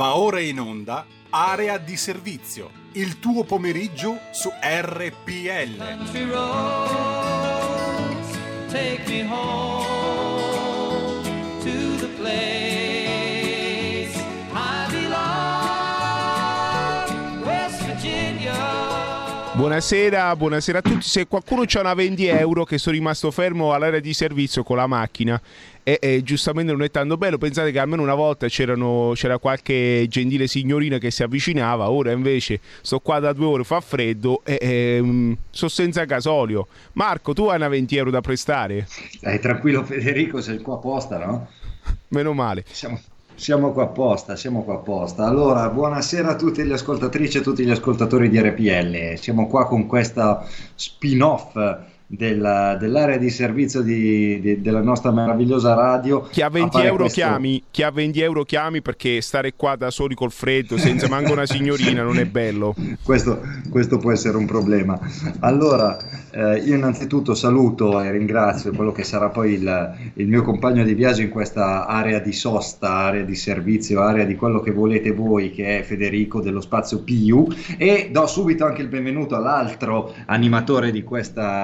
Va ora in onda Area di Servizio, il tuo pomeriggio su RPL. Country roads, take me home to the place I belong, West Virginia. Buonasera a tutti. Se qualcuno c'ha una 20 euro, che sono rimasto fermo all'area di servizio con la macchina e giustamente non è tanto bello, pensate che almeno una volta c'era qualche gentile signorina che si avvicinava, ora invece sto qua da 2 ore, fa freddo e sto senza gasolio. Marco, tu hai una 20 euro da prestare? Tranquillo Federico, sei qua apposta, no? Meno male. Siamo qua apposta. Allora, buonasera a tutte le ascoltatrici e a tutti gli ascoltatori di RPL. Siamo qua con questa spin-off dell'area di servizio della nostra meravigliosa radio. Chi ha 20 euro chiami, perché stare qua da soli col freddo senza manco una signorina non è bello. Questo può essere un problema. Allora, io innanzitutto saluto e ringrazio quello che sarà poi il mio compagno di viaggio in questa area di sosta, area di servizio, area di quello che volete voi, che è Federico dello Spazio PU, e do subito anche il benvenuto all'altro animatore di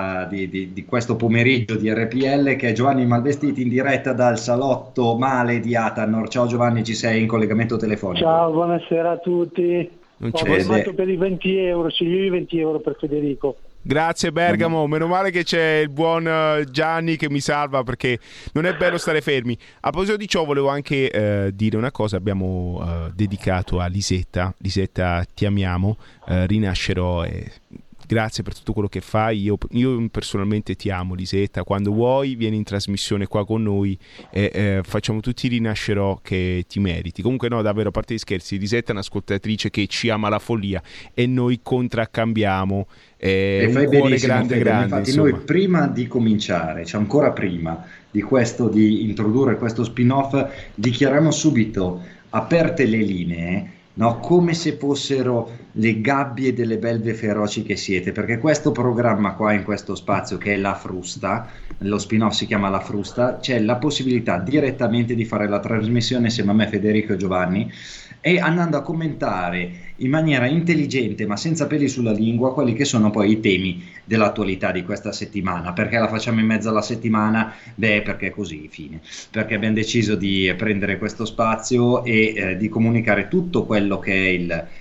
questo pomeriggio di RPL, che è Giovanni Malvestiti, in diretta dal salotto Male di Atanor. Ciao Giovanni, ci sei in collegamento telefonico? Ciao, buonasera a tutti. Ho firmato per i 20 euro, sceglievo i 20 euro per Federico. Grazie Bergamo, meno male che c'è il buon Gianni che mi salva, perché non è bello stare fermi. A proposito di ciò volevo anche dire una cosa. Abbiamo dedicato a Lisetta, ti amiamo, rinascerò e grazie per tutto quello che fai. Io personalmente ti amo Lisetta, quando vuoi vieni in trasmissione qua con noi e facciamo tutti i rinascerò che ti meriti. Comunque no, davvero, a parte gli scherzi, Lisetta è un'ascoltatrice che ci ama la follia e noi contraccambiamo. E fai benissimo, grande. Infatti insomma. Noi prima di cominciare, cioè ancora prima di questo, di introdurre questo spin-off, dichiariamo subito aperte le linee, no? Come se fossero le gabbie delle belve feroci che siete, perché questo programma qua in questo spazio, che è La Frusta, lo spin-off si chiama La Frusta, c'è la possibilità direttamente di fare la trasmissione insieme a me, Federico e Giovanni, e andando a commentare in maniera intelligente ma senza peli sulla lingua quelli che sono poi i temi dell'attualità di questa settimana. Perché la facciamo in mezzo alla settimana? Perché così, fine. Perché abbiamo deciso di prendere questo spazio e di comunicare tutto quello che è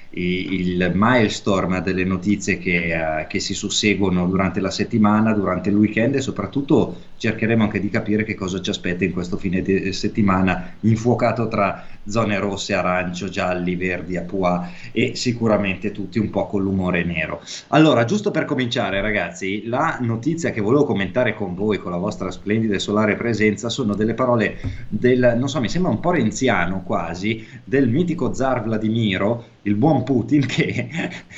il maelstrom delle notizie che si susseguono durante la settimana, durante il weekend, e soprattutto cercheremo anche di capire che cosa ci aspetta in questo fine di settimana infuocato tra zone rosse, arancio, gialli, verdi, a pois, e sicuramente tutti un po' con l'umore nero. Allora, giusto per cominciare ragazzi, la notizia che volevo commentare con voi, con la vostra splendida e solare presenza, sono delle parole non so, mi sembra un po' renziano quasi, del mitico zar Vladimiro, il buon Putin, che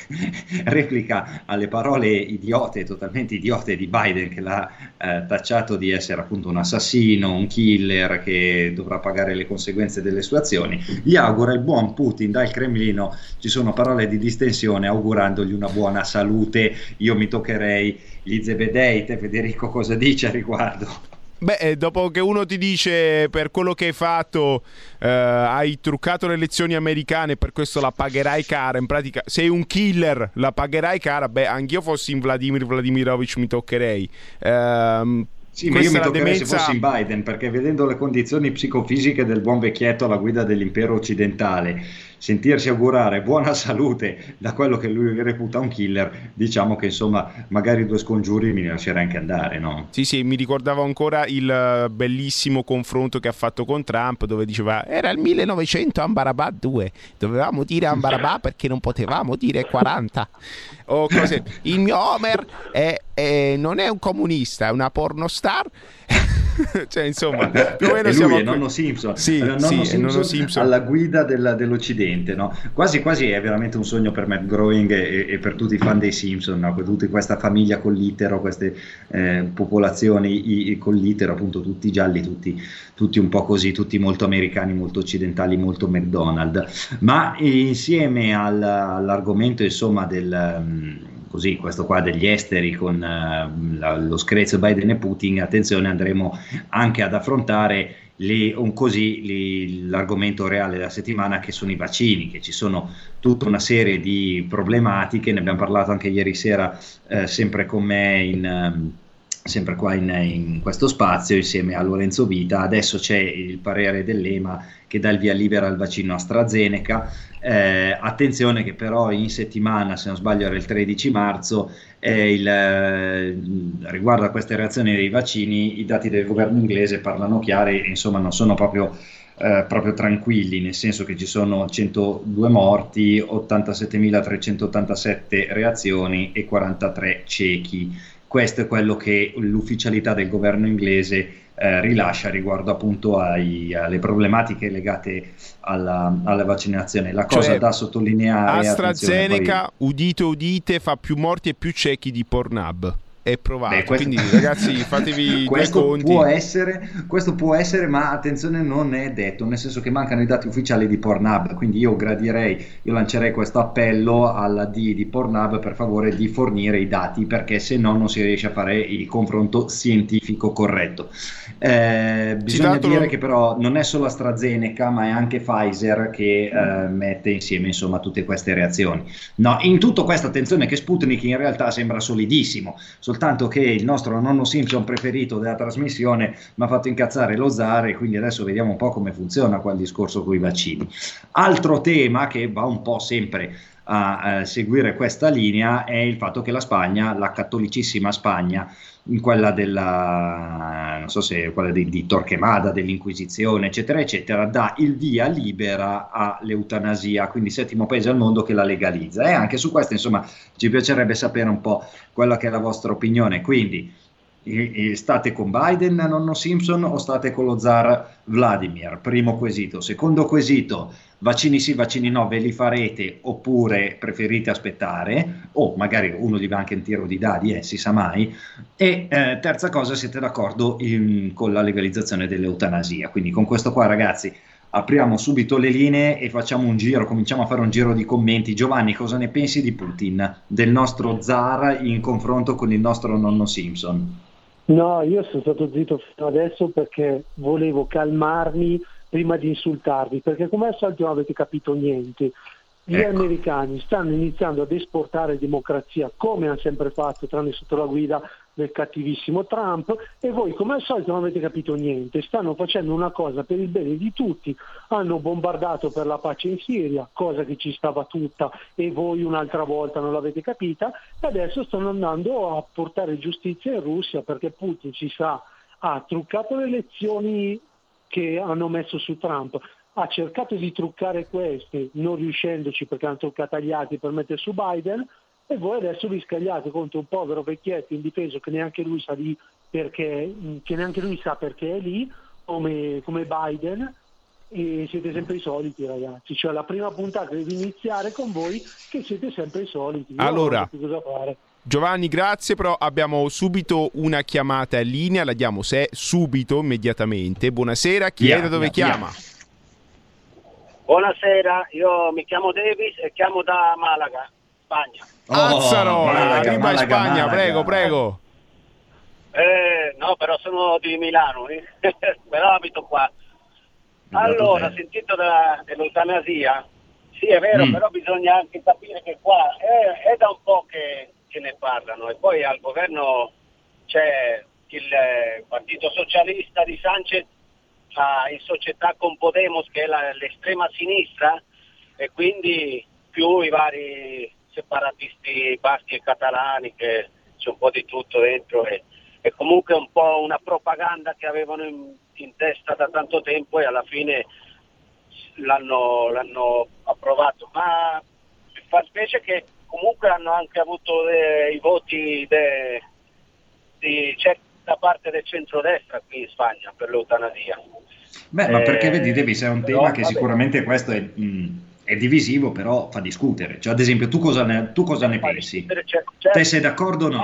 replica alle parole idiote, totalmente idiote di Biden, che l'ha tacciato di essere appunto un assassino, un killer che dovrà pagare le conseguenze delle sue azioni. Gli augura il buon Putin dal Cremlino, ci sono parole di distensione, augurandogli una buona salute. Io mi toccherei gli zebedei. Te Federico cosa dici a riguardo? Dopo che uno ti dice per quello che hai fatto hai truccato le elezioni americane, per questo la pagherai cara, in pratica sei un killer, la pagherai cara, anch'io fossi in Vladimir Vladimirovich mi toccherei. Sì, ma io mi toccherei se fossi in Biden, perché vedendo le condizioni psicofisiche del buon vecchietto alla guida dell'impero occidentale, sentirsi augurare buona salute da quello che lui reputa un killer, diciamo che insomma magari 2 scongiuri mi lascerei anche andare, no? Sì, mi ricordavo ancora il bellissimo confronto che ha fatto con Trump, dove diceva era il 1900 Ambarabà 2, dovevamo dire Ambarabà perché non potevamo dire 40 o cose. Il mio Homer non è un comunista, è una pornostar. Cioè insomma più o meno e siamo lui è nonno Simpson, nonno Simpson alla guida dell'Occidente, no? Quasi è veramente un sogno per Matt Groening e per tutti i fan dei Simpson, no? Tutta questa famiglia con l'itero, queste popolazioni con l'itero, appunto tutti gialli, tutti un po' così, tutti molto americani, molto occidentali, molto McDonald's. Ma insieme all'argomento insomma così questo qua degli esteri con lo screzio Biden e Putin, attenzione, andremo anche ad affrontare l'argomento reale della settimana, che sono i vaccini, che ci sono tutta una serie di problematiche, ne abbiamo parlato anche ieri sera, sempre con me sempre qua in questo spazio insieme a Lorenzo Vita. Adesso c'è il parere dell'EMA che dà il via libera al vaccino AstraZeneca. Attenzione che però in settimana, se non sbaglio era il 13 marzo, riguardo a queste reazioni dei vaccini, i dati del governo inglese parlano chiari, insomma non sono proprio tranquilli, nel senso che ci sono 102 morti, 87.387 reazioni e 43 ciechi. Questo è quello che l'ufficialità del governo inglese rilascia riguardo appunto alle problematiche legate alla vaccinazione. La cosa da sottolineare, AstraZeneca, udite udite, fa più morti e più ciechi di Pornhub. È provato, quindi ragazzi fatevi due conti. Questo può essere, ma attenzione, non è detto, nel senso che mancano i dati ufficiali di Pornhub, quindi io lancerei questo appello alla di Pornhub, per favore, di fornire i dati, perché se no non si riesce a fare il confronto scientifico corretto. Bisogna dire che però non è solo AstraZeneca, ma è anche Pfizer che mette insieme insomma tutte queste reazioni. No, in tutto questo attenzione che Sputnik in realtà sembra solidissimo, soltanto che il nostro nonno Simpson preferito della trasmissione mi ha fatto incazzare lo zar, e quindi adesso vediamo un po' come funziona qua il discorso con i vaccini. Altro tema che va un po' sempre a seguire questa linea è il fatto che la Spagna, la cattolicissima Spagna, in quella non so se quella di Torquemada, dell'Inquisizione, eccetera, eccetera, dà il via libera all'eutanasia, quindi 7° paese al mondo che la legalizza. E anche su questo, insomma, ci piacerebbe sapere un po' quella che è la vostra opinione. Quindi, state con Biden, nonno Simpson, o state con lo zar Vladimir? Primo quesito. Secondo quesito: vaccini sì, vaccini no, ve li farete oppure preferite aspettare? O magari uno gli va anche un tiro di dadi, si sa mai. E terza cosa, siete d'accordo con la legalizzazione dell'eutanasia? Quindi con questo qua, ragazzi, apriamo subito le linee e cominciamo a fare un giro di commenti. Giovanni, cosa ne pensi di Putin, del nostro zar in confronto con il nostro nonno Simpson? No, io sono stato zitto fino adesso perché volevo calmarmi prima di insultarvi, perché come al solito non avete capito niente. Gli americani stanno iniziando ad esportare democrazia, come hanno sempre fatto, tranne sotto la guida del cattivissimo Trump, e voi come al solito non avete capito niente. Stanno facendo una cosa per il bene di tutti, hanno bombardato per la pace in Siria, cosa che ci stava tutta e voi un'altra volta non l'avete capita, e adesso stanno andando a portare giustizia in Russia, perché Putin ha truccato le elezioni che hanno messo su Trump, ha cercato di truccare queste, non riuscendoci perché hanno truccato agli altri per mettere su Biden, e voi adesso vi scagliate contro un povero vecchietto indifeso che neanche lui sa perché è lì, come Biden, e siete sempre i soliti, ragazzi. Cioè, la prima puntata deve iniziare con voi che siete sempre i soliti. Io allora, non so più cosa fare. Giovanni, grazie, però abbiamo subito una chiamata in linea, la diamo subito, immediatamente. Buonasera, chi è da dove chiama? Buonasera, io mi chiamo Davis e chiamo da Malaga, Spagna. Azzarola, arriva in Spagna, Malaga. Prego. No, però sono di Milano, però abito qua. Allora, ho sentito dell'eutanasia, sì è vero, però bisogna anche capire che qua è da un po' che ne parlano, e poi al governo c'è il Partito Socialista di Sanchez in società con Podemos, che è l'estrema sinistra, e quindi più i vari separatisti baschi e catalani, che c'è un po' di tutto dentro, e comunque un po' una propaganda che avevano in testa da tanto tempo, e alla fine l'hanno approvato. Ma mi fa specie che comunque hanno anche avuto i voti da parte del centrodestra qui in Spagna per l'eutanasia. Ma perché vedi, Davis, è un tema che sicuramente questo è divisivo, però fa discutere. Cioè, ad esempio, tu cosa ne pensi? Te sei d'accordo o no?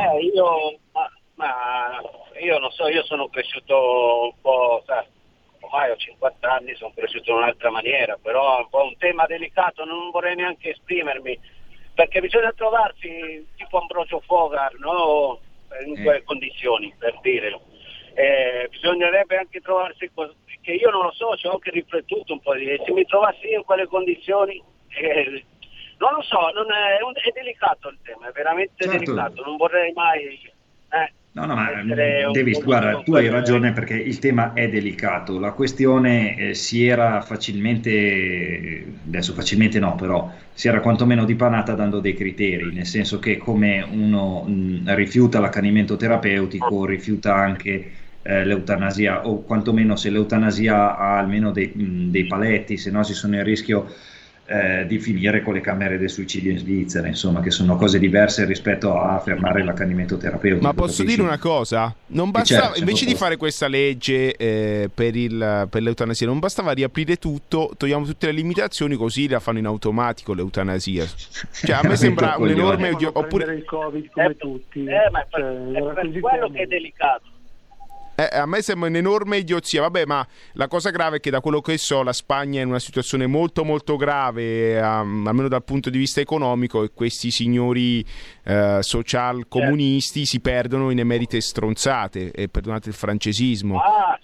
Io non so, io sono cresciuto un po', ormai ho 50 anni, sono cresciuto in un'altra maniera, però è un po' un tema delicato, non vorrei neanche esprimermi, perché bisogna trovarsi tipo Ambrogio Fogar, no? In quelle condizioni, per dirlo. Bisognerebbe anche trovarsi che io non lo so, ci ho anche riflettuto un po' e se mi trovassi in quelle condizioni, non lo so, è delicato il tema, è veramente delicato, non vorrei mai... No, ma Davis, guarda, tu hai ragione perché il tema è delicato. La questione si era facilmente, adesso facilmente no, però si era quantomeno dipanata dando dei criteri, nel senso che come uno rifiuta l'accanimento terapeutico, rifiuta anche l'eutanasia, o quantomeno se l'eutanasia ha almeno dei paletti, se no si sono in rischio di finire con le camere del suicidio in Svizzera, insomma, che sono cose diverse rispetto a fermare l'accanimento terapeutico. Ma posso dire una cosa? Non bastava, invece di fare questa legge per l'eutanasia, non bastava riaprire tutto, togliamo tutte le limitazioni, così la fanno in automatico l'eutanasia. Cioè, a me sembra un enorme... Oppure il Covid come tutti. Ma è per quello che è delicato. A me sembra un'enorme idiozia, vabbè, ma la cosa grave è che da quello che so la Spagna è in una situazione molto molto grave, almeno dal punto di vista economico, e questi signori social comunisti si perdono in emerite stronzate, e perdonate il francesismo. Ah,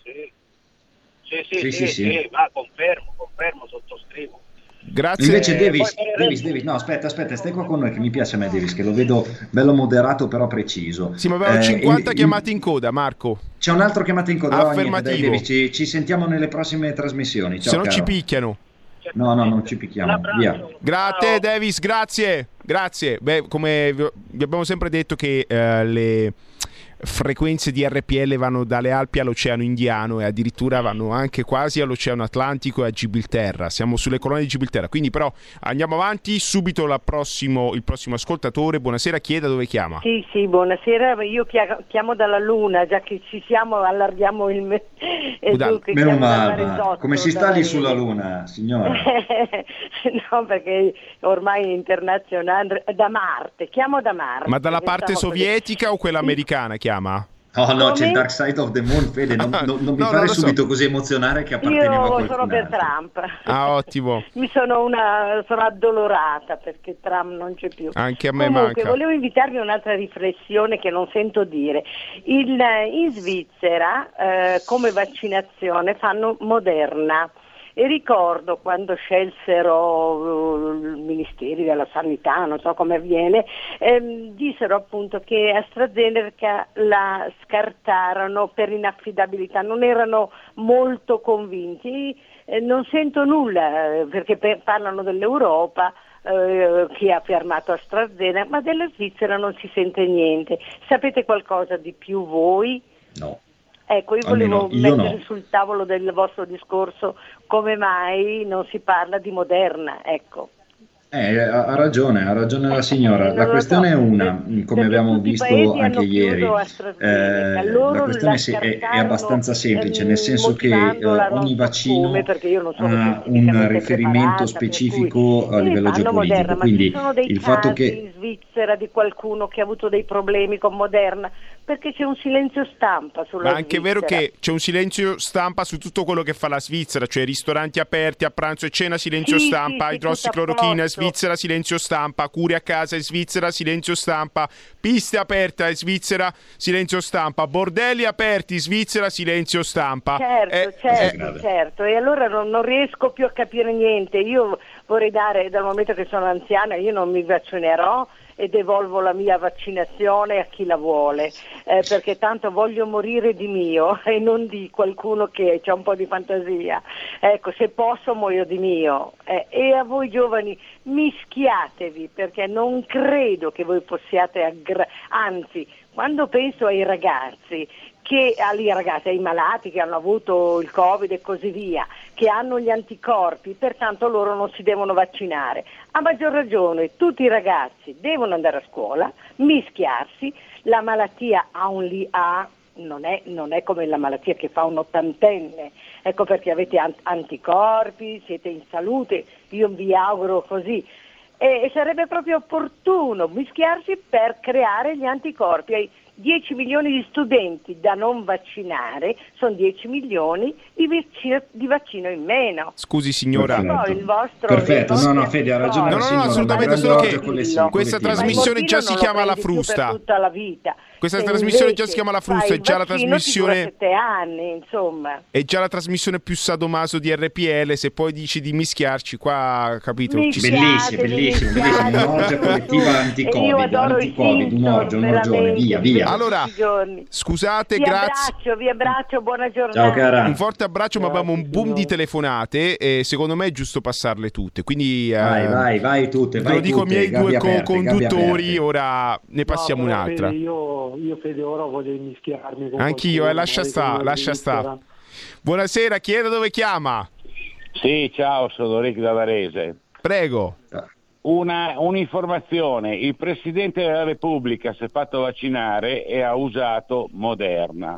sì, ma confermo, sottoscrivo. Grazie. Invece Davis, no, aspetta, stai qua con noi, che mi piace a me Davis, che lo vedo bello moderato però preciso. Sì, ma avevamo 50 chiamate in coda, Marco. C'è un altro chiamato in coda. Affermativo. Davis, ci sentiamo nelle prossime trasmissioni. Ciao, se non caro. ci picchiano. No, non ci picchiamo, via. Grazie Davis, grazie. Beh, come vi abbiamo sempre detto che le frequenze di RPL vanno dalle Alpi all'Oceano Indiano e addirittura vanno anche quasi all'Oceano Atlantico e a Gibilterra. Siamo sulle colonie di Gibilterra, quindi però andiamo avanti. Subito il prossimo ascoltatore. Buonasera, chi è, da dove chiama? Sì, buonasera, io chiamo dalla Luna, già che ci siamo, allarghiamo il meno male, come si sta lì sulla Luna, signora? No, perché ormai è internazionale, da Marte, chiamo da Marte. Ma dalla parte sovietica o quella americana chiama? No, c'è il Dark Side of the Moon, Fede, non mi fare subito così emozionare che apparteneva a qualcun altro. Io sono per Trump. Ah, ottimo. sono addolorata perché Trump non c'è più. Anche a me Comunque, manca. volevo invitarvi a un'altra riflessione che non sento dire. In Svizzera come vaccinazione fanno Moderna. E ricordo quando scelsero i ministeri della sanità, non so come avviene, dissero appunto che AstraZeneca la scartarono per inaffidabilità, non erano molto convinti. Non sento nulla perché parlano dell'Europa che ha fermato AstraZeneca, ma della Svizzera non si sente niente. Sapete qualcosa di più voi? No. Ecco, io volevo mettere sul tavolo del vostro discorso come mai non si parla di Moderna, ecco. Ha ragione la signora. La questione è una, come abbiamo visto anche ieri, la questione è abbastanza semplice, nel senso che ogni vaccino ha un riferimento specifico a livello geopolitico, quindi il fatto che in Svizzera di qualcuno che ha avuto dei problemi con Moderna, perché c'è un silenzio stampa sulla Svizzera. Ma anche è vero che c'è un silenzio stampa su tutto quello che fa la Svizzera, cioè ristoranti aperti a pranzo e cena, silenzio stampa, idrossiclorochina, Svizzera, silenzio stampa, cure a casa in Svizzera, silenzio stampa, piste aperte in Svizzera, silenzio stampa, bordelli aperti in Svizzera, silenzio stampa. Certo, e allora non riesco più a capire niente. Io vorrei dare, dal momento che sono anziana, io non mi vaccinerò e devolvo la mia vaccinazione a chi la vuole, perché tanto voglio morire di mio e non di qualcuno che ha un po' di fantasia. Ecco, se posso muoio di mio. E a voi giovani, mischiatevi, perché non credo che voi possiate, anzi, quando penso ai ragazzi, ai malati che hanno avuto il Covid e così via, che hanno gli anticorpi, pertanto loro non si devono vaccinare. A maggior ragione tutti i ragazzi devono andare a scuola, mischiarsi, la malattia non è come la malattia che fa un ottantenne, ecco perché avete anticorpi, siete in salute, io vi auguro così. E sarebbe proprio opportuno mischiarsi per creare gli anticorpi. Ai 10 milioni di studenti da non vaccinare, sono 10 milioni di vaccino in meno. Scusi signora. Perfetto, no, Fede ha ragione. No, assolutamente, solo che questa trasmissione già si chiama La Frusta. Per tutta la vita. Questa Se trasmissione già invece si chiama La fai Frusta, è il già la vaccino, ti dura trasmissione 7 anni, insomma. è già la trasmissione più sadomaso di RPL, se poi dici di mischiarci qua, capito? Bellissimo, un'orgia collettiva anti-Covid, un'orgione, via. Allora, scusate, grazie. Vi abbraccio, buona giornata. Ciao cara. Un forte abbraccio, ma abbiamo un boom di telefonate e secondo me è giusto passarle tutte. Quindi vai tutte, ve lo dico ai miei due co-conduttori, aperte. ora ne passiamo un'altra. Io Fede ora voglio mischiarmi con anch'io, qualcuno, lascia sta. Buonasera, chi è, da dove chiama? Sì, ciao, sono Rick da Varese. Prego. Un'informazione, il Presidente della Repubblica si è fatto vaccinare e ha usato Moderna.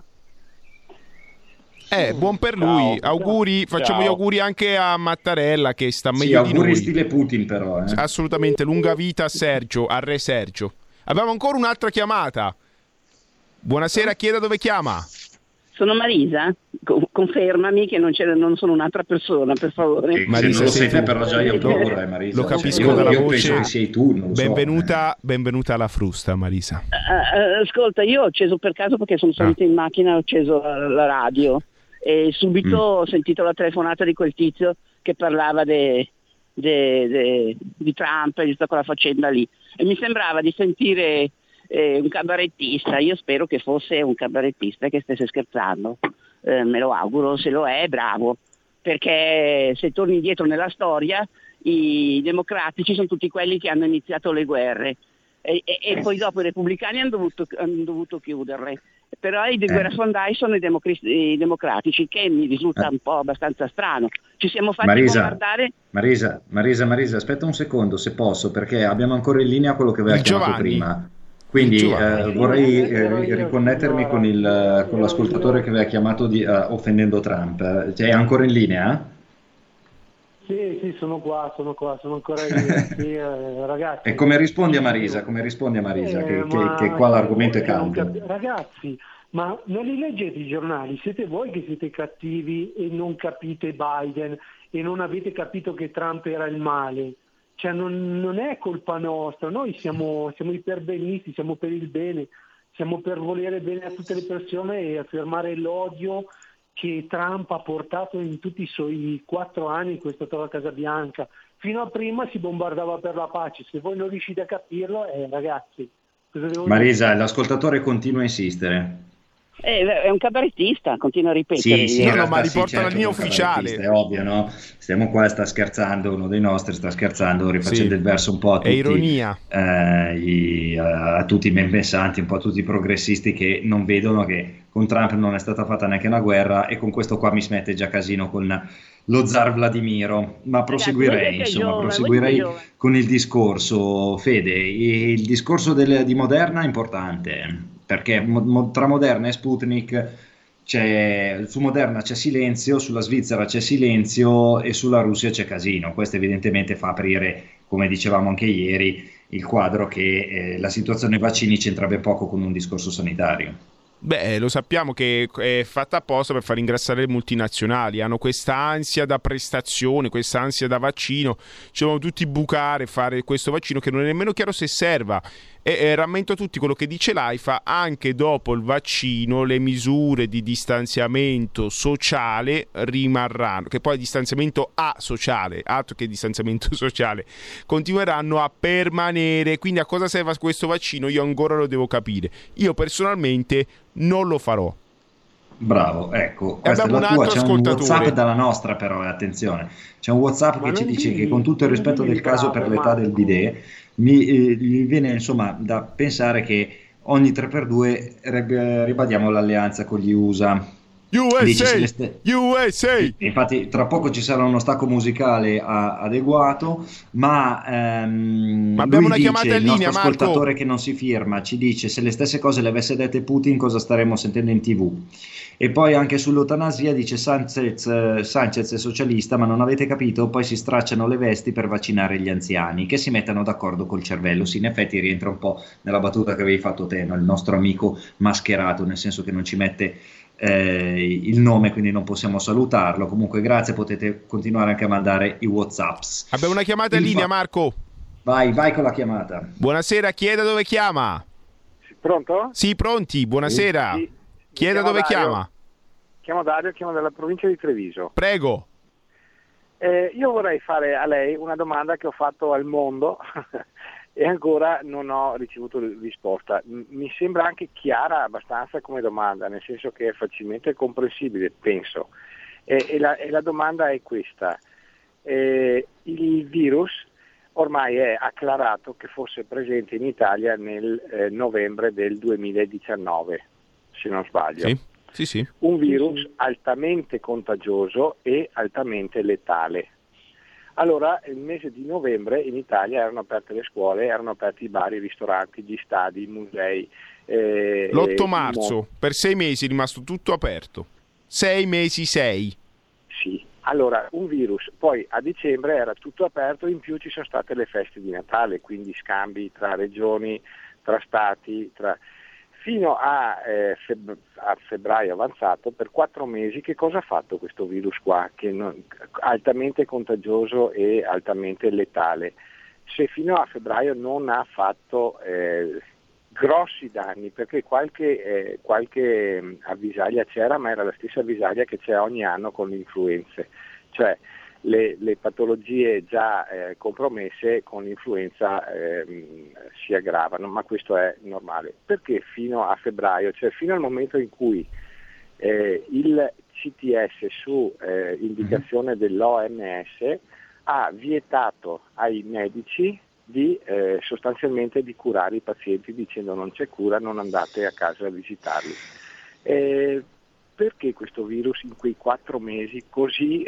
Buon per lui, auguri, facciamo gli auguri anche a Mattarella che sta meglio di noi. Auguri stile Putin però. Assolutamente, lunga vita a Sergio, a Re Sergio. Abbiamo ancora un'altra chiamata. Buonasera, chi è, da dove chiama? Sono Marisa, confermami che non sono un'altra persona, per favore. Marisa, sei te, però già io paura, Marisa. Lo capisco dalla voce. Io penso che sei tu, non benvenuta alla Frusta, Marisa. Ascolta, io ho acceso per caso perché sono salita in macchina, ho acceso la radio e subito ho sentito la telefonata di quel tizio che parlava di Trump e di tutta quella faccenda lì. E mi sembrava di sentire un cabarettista. Io spero che fosse un cabarettista che stesse scherzando, me lo auguro, se lo è bravo, perché se torni indietro nella storia i democratici sono tutti quelli che hanno iniziato le guerre e poi dopo i repubblicani hanno dovuto chiuderle, però i guerrafondai sono i democratici, che mi risulta un po' abbastanza strano. Ci siamo fatti bombardare. Marisa, aspetta un secondo se posso, perché abbiamo ancora in linea quello che aveva chiamato prima. Quindi vorrei riconnettermi con l'ascoltatore che aveva chiamato offendendo Trump. È ancora in linea? Sì, sono qua, sono ancora lì. Ragazzi. E come rispondi a Marisa? Che qua l'argomento è caldo. Ragazzi, ma non li leggete i giornali? Siete voi che siete cattivi e non capite Biden e non avete capito che Trump era il male. Cioè non è colpa nostra, noi siamo iperbenisti, siamo per il bene, siamo per volere bene a tutte le persone e affermare l'odio che Trump ha portato in tutti i suoi 4 anni che è stato alla Casa Bianca. Fino a prima si bombardava per la pace, se voi non riuscite a capirlo, ragazzi, cosa devo Marisa, dire? L'ascoltatore continua a insistere. È un cabarettista, continua a ripetere. Sì, ma riporta la linea ufficiale. È ovvio, no? Stiamo qua, sta scherzando, uno dei nostri sta scherzando, rifacendo il verso un po' a tutti. È ironia. A tutti i ben pensanti, un po' a tutti i progressisti che non vedono che con Trump non è stata fatta neanche una guerra e con questo qua mi smette già casino con lo zar Vladimiro. Ma proseguirei, con il discorso. Fede, il discorso di Moderna è importante, perché tra Moderna e Sputnik su Moderna c'è silenzio, sulla Svizzera c'è silenzio e sulla Russia c'è casino. Questo evidentemente fa aprire, come dicevamo anche ieri, il quadro che la situazione vaccini c'entra ben poco con un discorso sanitario. Beh, lo sappiamo che è fatta apposta per far ingrassare le multinazionali, hanno questa ansia da prestazione, questa ansia da vaccino, ci vogliono tutti bucare, fare questo vaccino che non è nemmeno chiaro se serva. E rammento a tutti quello che dice l'AIFA: anche dopo il vaccino le misure di distanziamento sociale rimarranno, che poi è distanziamento asociale, altro che distanziamento sociale, continueranno a permanere. Quindi a cosa serve questo vaccino io ancora lo devo capire. Io personalmente non lo farò. Bravo, ecco, questa è la tua. C'è un WhatsApp dalla nostra, però attenzione, c'è un WhatsApp che ci dice che, con tutto il rispetto del caso per l'età del bidet, mi viene insomma da pensare che ogni 3x2 ribadiamo l'alleanza con gli USA. USA! Infatti tra poco ci sarà uno stacco musicale adeguato, ma abbiamo una chiamata in linea, Marco. Ascoltatore che non si firma ci dice: se le stesse cose le avesse dette Putin, cosa staremmo sentendo in TV? E poi anche sull'eutanasia dice: Sanchez è socialista, ma non avete capito, poi si stracciano le vesti per vaccinare gli anziani, che si mettano d'accordo col cervello. Sì, in effetti rientra un po' nella battuta che avevi fatto te, no? Il nostro amico mascherato, nel senso che non ci mette il nome, quindi non possiamo salutarlo. Comunque grazie, potete continuare anche a mandare i WhatsApps. Abbiamo una chiamata in linea, Marco. Vai con la chiamata. Buonasera, chi è, da dove chiama? Pronto? Sì, pronti, buonasera. Sì. Chi è da dove Dario. chiama? Chiamo Dario, chiamo dalla provincia di Treviso. Prego. Io vorrei fare a lei una domanda che ho fatto al mondo e ancora non ho ricevuto risposta. Mi sembra anche chiara abbastanza come domanda, nel senso che è facilmente comprensibile, penso. E la domanda è questa. Il virus ormai è acclarato che fosse presente in Italia nel novembre del 2019, se non sbaglio. Sì. Un virus altamente contagioso e altamente letale. Allora, il mese di novembre in Italia erano aperte le scuole, erano aperti i bar, i ristoranti, gli stadi, i musei. L'8 marzo, per 6 mesi è rimasto tutto aperto. 6 mesi. Sì. Allora, un virus, poi a dicembre era tutto aperto, in più ci sono state le feste di Natale, quindi scambi tra regioni, tra stati, fino a febbraio avanzato, per 4 mesi, che cosa ha fatto questo virus qua, altamente contagioso e altamente letale? Se fino a febbraio non ha fatto grossi danni, perché qualche avvisaglia c'era, ma era la stessa avvisaglia che c'è ogni anno con le influenze, cioè le patologie già compromesse con l'influenza si aggravano, ma questo è normale. Perché fino a febbraio, cioè fino al momento in cui il CTS su indicazione dell'OMS ha vietato ai medici sostanzialmente di curare i pazienti dicendo non c'è cura, non andate a casa a visitarli. Perché questo virus in quei 4 mesi così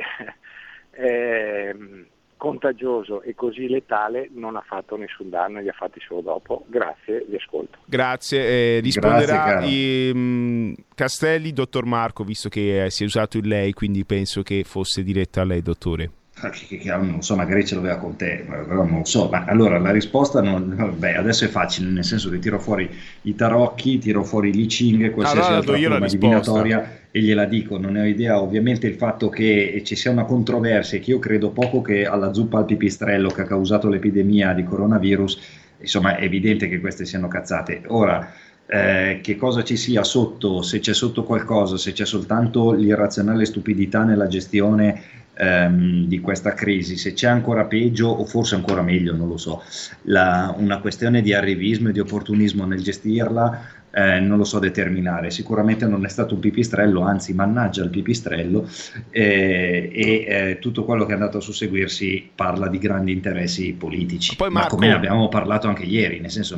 contagioso e così letale non ha fatto nessun danno, li ha fatti solo dopo? Grazie, vi ascolto. Grazie, risponderà Grazie, Castelli, dottor Marco, visto che si è usato il lei, quindi penso che fosse diretta a lei, dottore. Non so, magari ce l'aveva con te, però non lo so. Ma allora la risposta adesso è facile, nel senso che tiro fuori i tarocchi, tiro fuori i Ching, qualsiasi altra forma divinatoria e gliela dico. Non ne ho idea. Ovviamente il fatto che ci sia una controversia, che io credo poco che alla zuppa al pipistrello che ha causato l'epidemia di coronavirus, insomma è evidente che queste siano cazzate. Ora, che cosa ci sia sotto, se c'è sotto qualcosa, se c'è soltanto l'irrazionale stupidità nella gestione di questa crisi, se c'è ancora peggio o forse ancora meglio, non lo so, una questione di arrivismo e di opportunismo nel gestirla, non lo so determinare. Sicuramente non è stato un pipistrello, anzi mannaggia il pipistrello, e tutto quello che è andato a susseguirsi parla di grandi interessi politici. Poi, Marco, ma come abbiamo parlato anche ieri, nel senso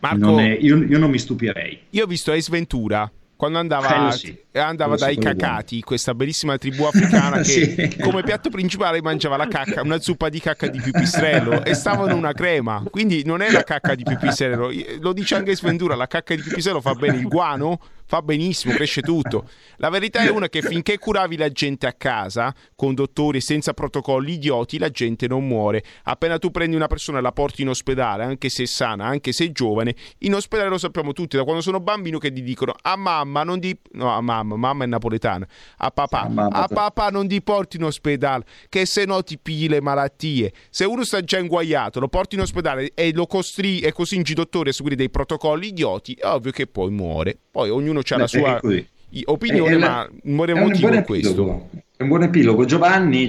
io non mi stupirei. Io ho visto Ace Ventura quando andava dai cacati, questa bellissima tribù africana che come piatto principale mangiava la cacca, una zuppa di cacca di pipistrello, e stavano una crema, quindi non è la cacca di pipistrello, lo dice anche Sventura, la cacca di pipistrello fa bene, il guano fa benissimo, cresce tutto. La verità è una che finché curavi la gente a casa con dottori senza protocolli idioti, la gente non muore. Appena tu prendi una persona e la porti in ospedale, anche se è sana, anche se è giovane, in ospedale lo sappiamo tutti, da quando sono bambino che ti dicono a mamma non di mamma è napoletana, a papà non ti porti in ospedale che se no ti pigli le malattie. Se uno sta già inguaiato, lo porti in ospedale e lo costringi e costringi i dottori a seguire dei protocolli idioti, è ovvio che poi muore. Poi ognuno ha la sua opinione, ma muore motivo in questo. È un buon epilogo. Giovanni,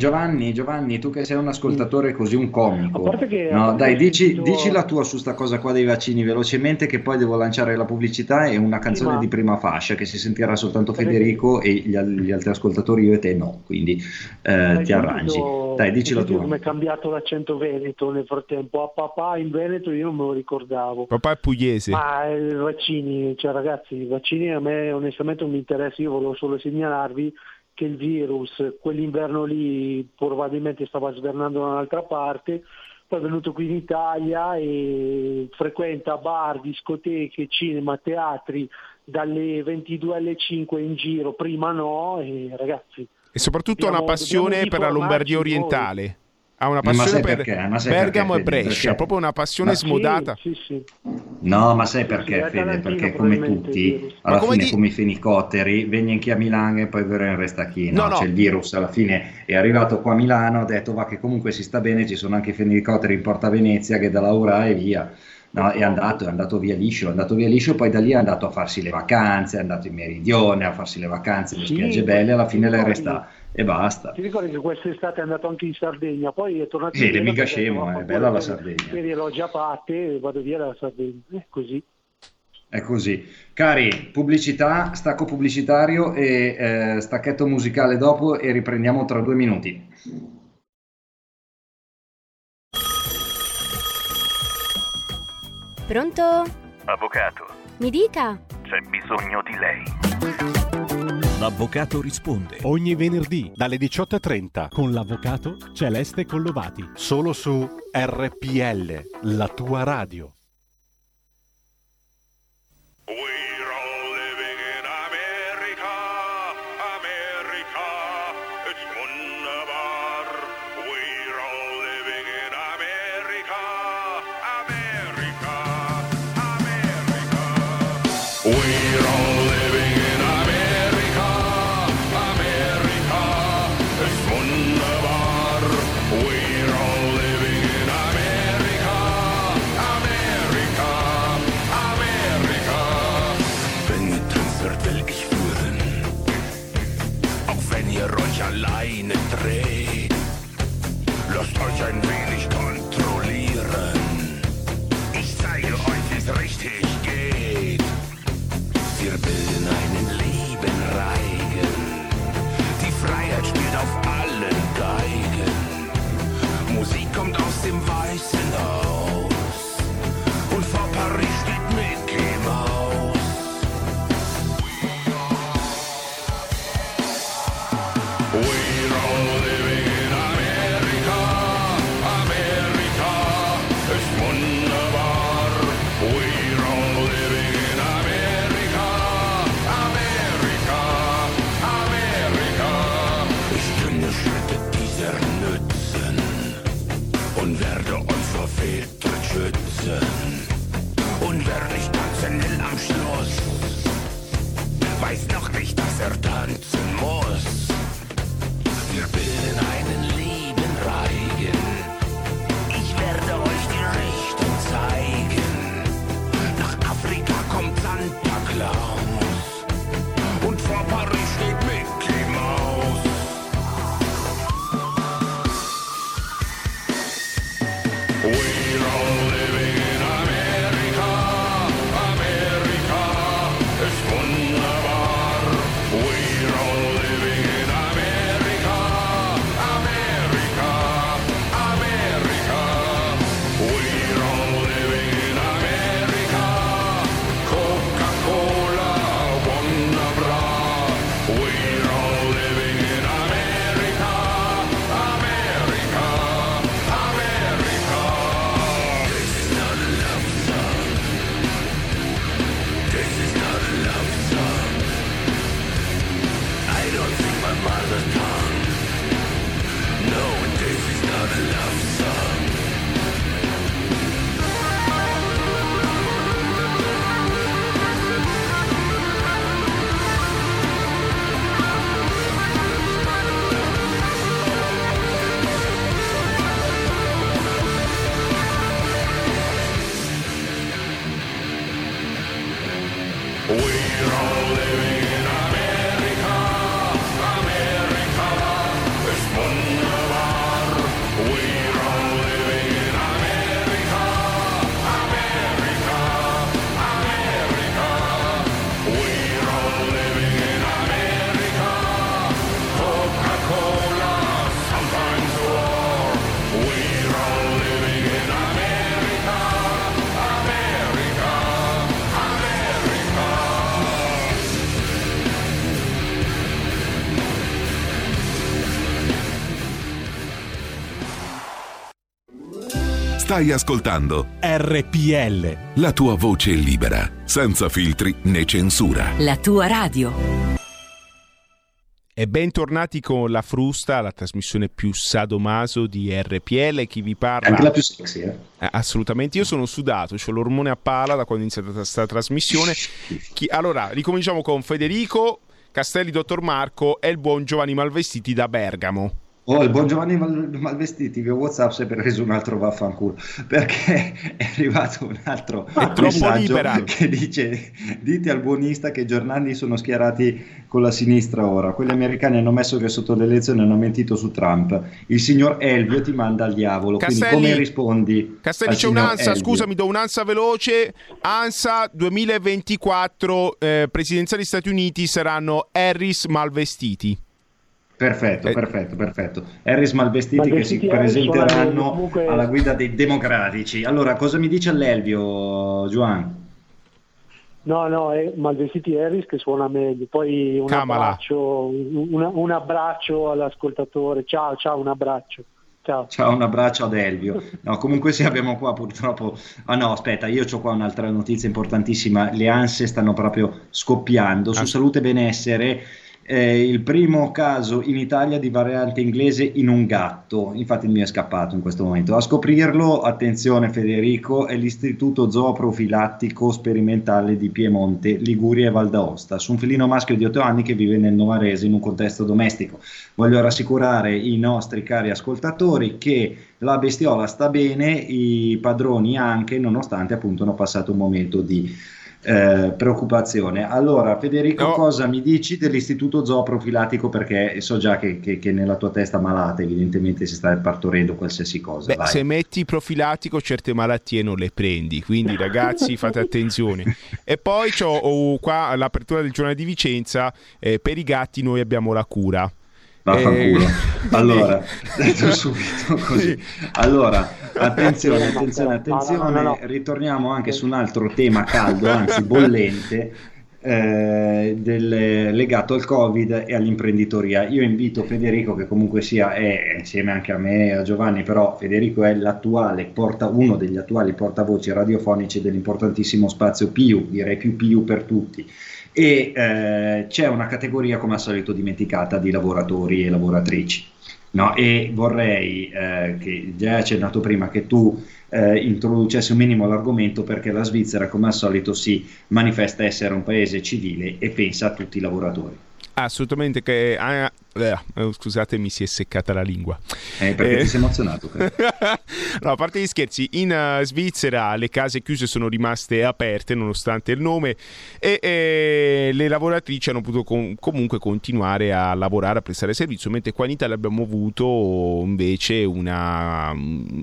tu che sei un ascoltatore così, un comico, dai, dici la tua su sta cosa qua dei vaccini velocemente, che poi devo lanciare la pubblicità e una canzone di prima fascia che si sentirà soltanto Federico e gli altri ascoltatori, io e te no, quindi ti arrangi. Dai, dici la tua. Come è cambiato l'accento veneto nel frattempo, a papà in Veneto io non me lo ricordavo. Papà è pugliese. Ma i vaccini, cioè ragazzi, i vaccini a me onestamente non mi interessa, io volevo solo segnalarvi che il virus quell'inverno lì probabilmente stava svernando da un'altra parte, poi è venuto qui in Italia e frequenta bar, discoteche, cinema, teatri dalle 22 alle 5 in giro, prima no, e ragazzi. E soprattutto ha una passione per la Lombardia orientale. Ha una passione per Bergamo e Brescia, proprio una passione smodata. Sì. No, ma sai perché, Fede? Perché come tutti, alla fine come i fenicotteri, vieni anche a Milano e poi resta qui, no? C'è il virus, alla fine è arrivato qua a Milano, ha detto va che comunque si sta bene, ci sono anche i fenicotteri in Porta Venezia che da Laura e via. No, è andato via liscio, poi da lì è andato a farsi le vacanze, è andato in Meridione a farsi le vacanze, le spiagge belle, alla fine le resta e basta. Ti ricordi che quest'estate è andato anche in Sardegna, poi è tornato Sì, è mica scemo, è bella la Sardegna. Vedi, l'ho già fatte, vado via dalla Sardegna, è così. È così. Cari, pubblicità, stacco pubblicitario e stacchetto musicale dopo e riprendiamo tra 2 minuti. Pronto? Avvocato, Mi dica. c'è bisogno di lei. L'avvocato risponde ogni venerdì dalle 18:30 con l'avvocato Celeste Collovati, solo su RPL, la tua radio. Alleine dreht, lasst euch ein wenig kontrollieren. Ich zeige euch, wie's richtig geht. Wir bilden einen lieben Reigen. Die Freiheit spielt auf allen Geigen. Musik kommt aus dem Weißen Haus und vor Paris steht Mickey Mouse. We're all living in America, America ist wunderbar. We're all living in America, America, America. Ich kenne Schritte dieser nützen und werde uns vor Fehltritt schützen. Und wer nicht tanzen will am Schluss, weiß noch nicht, dass tanzen muss. Wir bilden einen lieben Reigen. Ich werde euch die Richtung zeigen. Nach Afrika kommt Santa Claus und vor Paris steht Mickey Mouse. We're all living in America, America ist wunderbar. We're all living in America, America, America. We're all living in America. Coca-Cola, Wonderbra. We're all living in America, America, America. This is not a love song. This is not a love song. I don't sing my mother's tongue. No, this is not a love song. We're all living in America, America ist wunderbar. We're all living in America, America, America. We're all living in America. Coca-Cola, sometimes war. We're all living in America, America, America. Stai ascoltando RPL, la tua voce libera, senza filtri né censura. La tua radio. E bentornati con La Frusta, la trasmissione più sadomaso di RPL. Chi vi parla? Anche la più sexy, Assolutamente, io sono sudato, c'ho l'ormone a pala da quando è iniziata questa trasmissione. Allora, ricominciamo con Federico Castelli, Dottor Marco e il buon Giovanni Malvestiti da Bergamo. Oh, il buon Giovanni Malvestiti via WhatsApp si è preso un altro vaffanculo, perché è arrivato un altro messaggio che dice: dite al buonista che i giornali sono schierati con la sinistra ora, quelli americani hanno messo che sotto le elezioni hanno mentito su Trump, il signor Elvio ti manda al diavolo. Castelli, quindi come rispondi? Castelli, c'è un'ansa, scusami, do un'ansa veloce. ANSA 2024 presidenziali Stati Uniti saranno Harris Malvestiti. Perfetto. Harris Malvestiti che si presenteranno comunque alla guida dei democratici. Allora, cosa mi dice all'Elvio, Giovanni? No, è Malvestiti Harris che suona meglio. Poi un abbraccio all'ascoltatore. Ciao, un abbraccio. Ciao, un abbraccio ad Elvio. No, comunque sì, abbiamo qua purtroppo... no, aspetta, io ho qua un'altra notizia importantissima. Le ansie stanno proprio scoppiando. Su Salute e Benessere, il primo caso in Italia di variante inglese in un gatto, infatti mi è scappato in questo momento. A scoprirlo, attenzione Federico, è l'Istituto Zooprofilattico Sperimentale di Piemonte, Liguria e Val d'Aosta, su un felino maschio di 8 anni che vive nel Novarese in un contesto domestico. Voglio rassicurare i nostri cari ascoltatori che la bestiola sta bene, i padroni anche, nonostante appunto hanno passato un momento di preoccupazione. Allora Federico, cosa mi dici dell'istituto zooprofilattico, perché so già che nella tua testa malata evidentemente si sta partorendo qualsiasi cosa. Beh, se metti profilattico certe malattie non le prendi, quindi ragazzi fate attenzione. E poi c'ho qua l'apertura del giornale di Vicenza, per i gatti noi abbiamo la cura. Vaffanculo. Allora, detto subito così. Allora, attenzione, no. Ritorniamo anche su un altro tema caldo, anzi bollente, legato al Covid e all'imprenditoria. Io invito Federico, che comunque sia è insieme anche a me e a Giovanni, però Federico è uno degli attuali portavoci radiofonici dell'importantissimo spazio PIU, direi più PIU per tutti. E c'è una categoria come al solito dimenticata di lavoratori e lavoratrici, no? E vorrei che già accennato prima che tu introducessi un minimo l'argomento, perché la Svizzera come al solito si manifesta essere un paese civile e pensa a tutti i lavoratori. Assolutamente, scusate, mi si è seccata la lingua. Perché ti sei emozionato? No, a parte gli scherzi, in Svizzera le case chiuse sono rimaste aperte nonostante il nome e le lavoratrici hanno potuto comunque continuare a lavorare, a prestare servizio, mentre qua in Italia abbiamo avuto invece una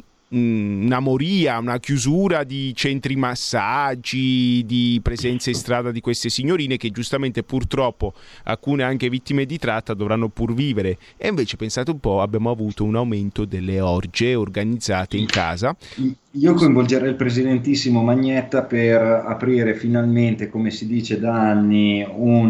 moria, una chiusura di centri massaggi, di presenza in strada di queste signorine che giustamente purtroppo alcune anche vittime di tratta dovranno pur vivere. E invece pensate un po', abbiamo avuto un aumento delle orge organizzate in casa. Io coinvolgerei il presidentissimo Magnetta per aprire finalmente, come si dice da anni,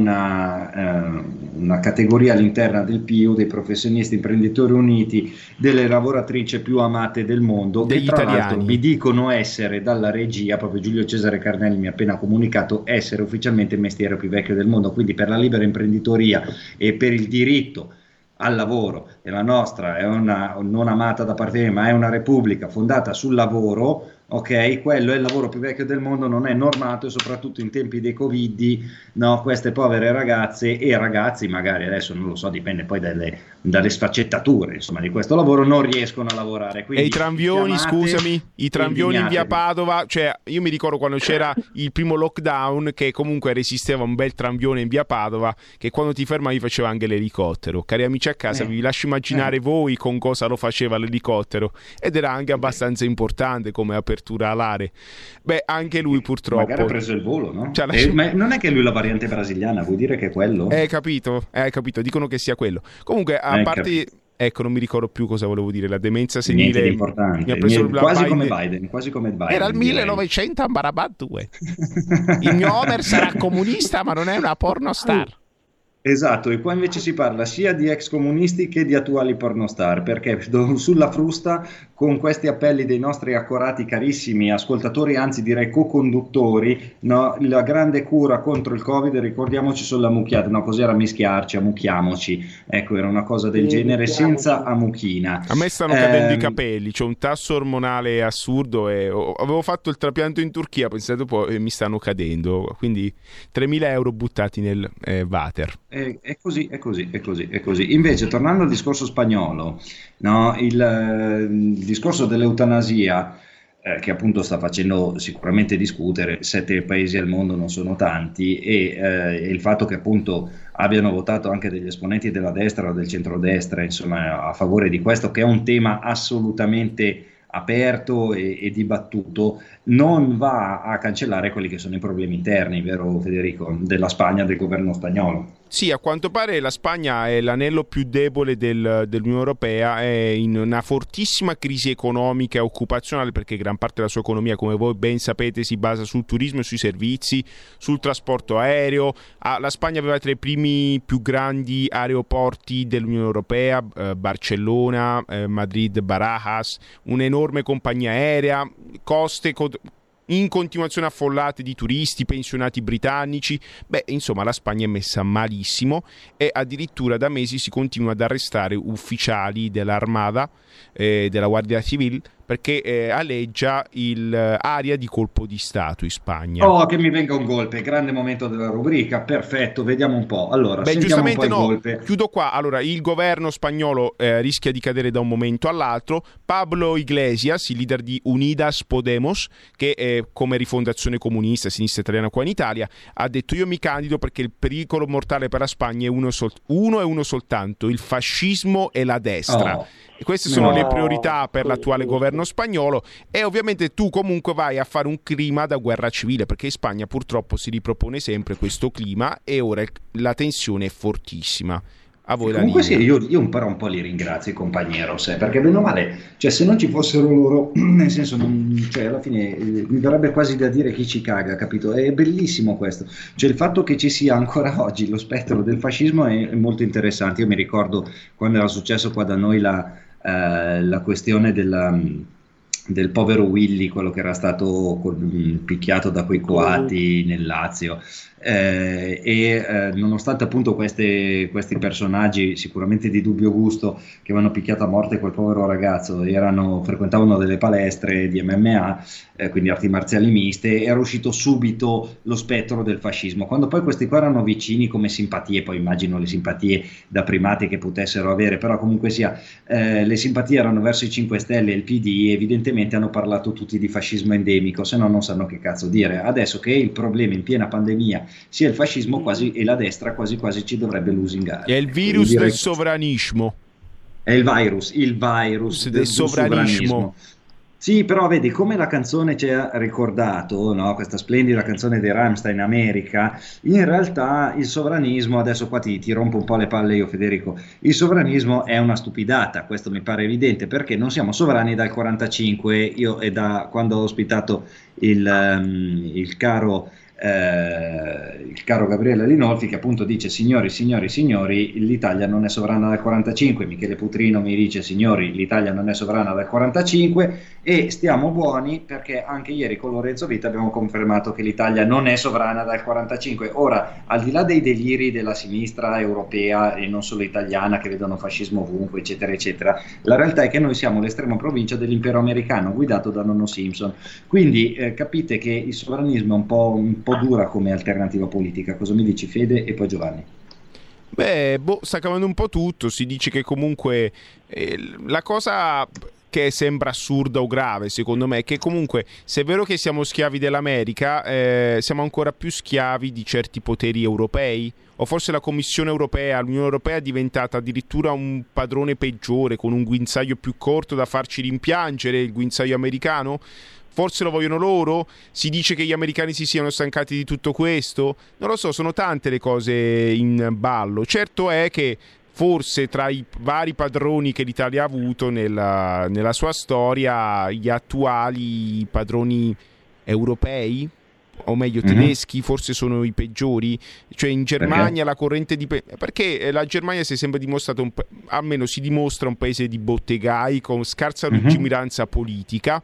una categoria all'interno del PIU, dei professionisti imprenditori uniti, delle lavoratrici più amate del mondo, degli che tra italiani. l'altro mi dicono essere dalla regia, proprio Giulio Cesare Carnelli mi ha appena comunicato, essere ufficialmente il mestiere più vecchio del mondo. Quindi per la libera imprenditoria e per il diritto al lavoro, e la nostra è una non amata da parte mia, ma è una repubblica fondata sul lavoro, ok? Quello è il lavoro più vecchio del mondo, non è normato, e soprattutto in tempi dei Covid, no? Queste povere ragazze e ragazzi, magari adesso non lo so, dipende poi dalle sfaccettature, insomma, di questo lavoro, non riescono a lavorare. Quindi, e i tramvioni, scusami, i tramvioni in via Padova, cioè io mi ricordo quando c'era il primo lockdown che comunque resisteva un bel tramvione in via Padova, che quando ti fermavi faceva anche l'elicottero. Cari amici a casa, vi lascio immaginare voi con cosa lo faceva l'elicottero, ed era anche abbastanza importante come apertura alare. Beh, anche lui purtroppo magari ha preso il volo, no? Ma non è che lui la variante brasiliana, vuol dire che è quello? Capito, dicono che sia quello. Comunque, a parte... Ecco, non mi ricordo più cosa volevo dire. La demenza senile di importante. Mi ha preso quasi come Biden. Era il 1900 a Barabat 2. Il mio Homer sarà comunista, ma non è una pornostar. Esatto, e qua invece si parla sia di ex comunisti che di attuali pornostar, perché sulla frusta, con questi appelli dei nostri accorati carissimi ascoltatori, anzi direi co-conduttori, no? La grande cura contro il Covid, ricordiamoci, sono le ammucchiate, no? Cos'era mischiarci, ammucchiamoci, ecco, era una cosa del genere, senza ammucchina. A me stanno cadendo i capelli, c'ho un tasso ormonale assurdo e avevo fatto il trapianto in Turchia, pensate un po', e mi stanno cadendo, quindi 3.000 euro buttati nel water. è così. Invece, tornando al discorso spagnolo, no, il discorso dell'eutanasia, che appunto sta facendo sicuramente discutere, 7 paesi al mondo non sono tanti, e il fatto che appunto abbiano votato anche degli esponenti della destra o del centrodestra, insomma, a favore di questo, che è un tema assolutamente aperto e dibattuto, non va a cancellare quelli che sono i problemi interni, vero Federico, della Spagna, del governo spagnolo. Sì, a quanto pare la Spagna è l'anello più debole dell'Unione Europea, è in una fortissima crisi economica e occupazionale, perché gran parte della sua economia, come voi ben sapete, si basa sul turismo e sui servizi, sul trasporto aereo. La Spagna aveva tra i primi più grandi aeroporti dell'Unione Europea, Barcellona, Madrid, Barajas, un'enorme compagnia aerea, coste in continuazione affollate di turisti, pensionati britannici. Insomma, la Spagna è messa malissimo, e addirittura da mesi si continua ad arrestare ufficiali dell'Armada, della Guardia Civil, perché aleggia area di colpo di Stato in Spagna. Oh, che mi venga un golpe, grande momento della rubrica, perfetto, vediamo un po'. Allora, giustamente un po' il golpe. Chiudo qua. Allora, il governo spagnolo rischia di cadere da un momento all'altro. Pablo Iglesias, il leader di Unidas Podemos, che è come Rifondazione Comunista, sinistra italiana qua in Italia, ha detto: io mi candido perché il pericolo mortale per la Spagna è uno e uno soltanto, il fascismo e la destra. E queste sono le priorità per l'attuale governo spagnolo, e ovviamente tu comunque vai a fare un clima da guerra civile, perché in Spagna purtroppo si ripropone sempre questo clima, e ora la tensione è fortissima. A voi comunque sì, io però un po' li ringrazio i compagneros, perché bene o male, cioè, se non ci fossero loro, nel senso, cioè, alla fine mi verrebbe quasi da dire chi ci caga, capito? È bellissimo questo, cioè il fatto che ci sia ancora oggi lo spettro del fascismo è molto interessante. Io mi ricordo quando era successo qua da noi la questione del povero Willy, quello che era stato picchiato da quei coati nel Lazio, nonostante appunto questi personaggi sicuramente di dubbio gusto, che avevano picchiato a morte quel povero ragazzo, frequentavano delle palestre di MMA, quindi arti marziali miste, era uscito subito lo spettro del fascismo. Quando poi questi qua erano vicini come simpatie, poi immagino le simpatie da primati che potessero avere, però comunque sia, le simpatie erano verso i 5 Stelle e il PD, evidentemente hanno parlato tutti di fascismo endemico, se no non sanno che cazzo dire. Adesso che il problema in piena pandemia sia il fascismo, quasi, e la destra quasi ci dovrebbe lusingare. È il virus del sovranismo. È il virus del sovranismo. Sì, però vedi come la canzone ci ha ricordato, no? Questa splendida canzone dei Rammstein, America, in realtà il sovranismo, adesso qua ti rompo un po' le palle io Federico, il sovranismo è una stupidata, questo mi pare evidente, perché non siamo sovrani dal 45, io e da quando ho ospitato il caro Gabriele Linolfi, che appunto dice: signori, l'Italia non è sovrana dal 45. Michele Putrino mi dice: signori, l'Italia non è sovrana dal 45, e stiamo buoni perché anche ieri con Lorenzo Vita abbiamo confermato che l'Italia non è sovrana dal 45. Ora, al di là dei deliri della sinistra europea e non solo italiana, che vedono fascismo ovunque eccetera eccetera, la realtà è che noi siamo l'estrema provincia dell'impero americano guidato da nonno Simpson, quindi capite che il sovranismo è un po' dura come alternativa politica. Cosa mi dici Fede e poi Giovanni? Sta cambiando un po' tutto. Si dice che comunque la cosa che sembra assurda o grave secondo me è che comunque, se è vero che siamo schiavi dell'America, siamo ancora più schiavi di certi poteri europei, o forse la Commissione europea, l'Unione Europea è diventata addirittura un padrone peggiore, con un guinzaglio più corto da farci rimpiangere, il guinzaglio americano. Forse lo vogliono loro? Si dice che gli americani si siano stancati di tutto questo? Non lo so, sono tante le cose in ballo. Certo è che forse tra i vari padroni che l'Italia ha avuto nella sua storia, gli attuali padroni europei, o meglio tedeschi, forse sono i peggiori. Cioè in Germania la corrente di perché la Germania si è sempre dimostrato almeno si dimostra un paese di bottegai con scarsa lungimiranza politica.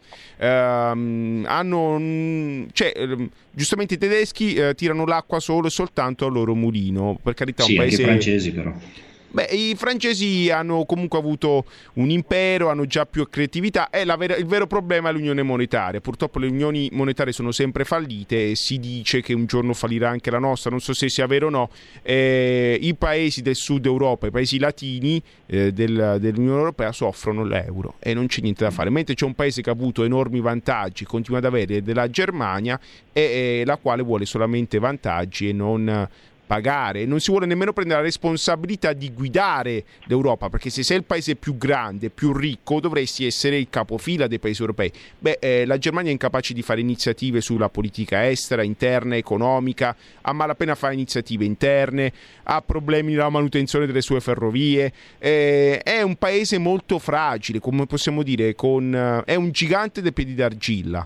Giustamente i tedeschi tirano l'acqua solo e soltanto al loro mulino, per carità. Sì, un paese, anche i francesi però. Beh, i francesi hanno comunque avuto un impero, hanno già più creatività, e il vero problema è l'unione monetaria. Purtroppo le unioni monetarie sono sempre fallite e si dice che un giorno fallirà anche la nostra, non so se sia vero o no. I paesi del sud Europa, i paesi latini dell'Unione Europea soffrono l'euro e non c'è niente da fare, mentre c'è un paese che ha avuto enormi vantaggi, continua ad avere, della Germania, e la quale vuole solamente vantaggi e non pagare, non si vuole nemmeno prendere la responsabilità di guidare l'Europa, perché se sei il paese più grande, più ricco, dovresti essere il capofila dei paesi europei. La Germania è incapace di fare iniziative sulla politica estera, interna, economica, a malapena fa iniziative interne, ha problemi nella manutenzione delle sue ferrovie, è un paese molto fragile, come possiamo dire, è un gigante dei piedi d'argilla.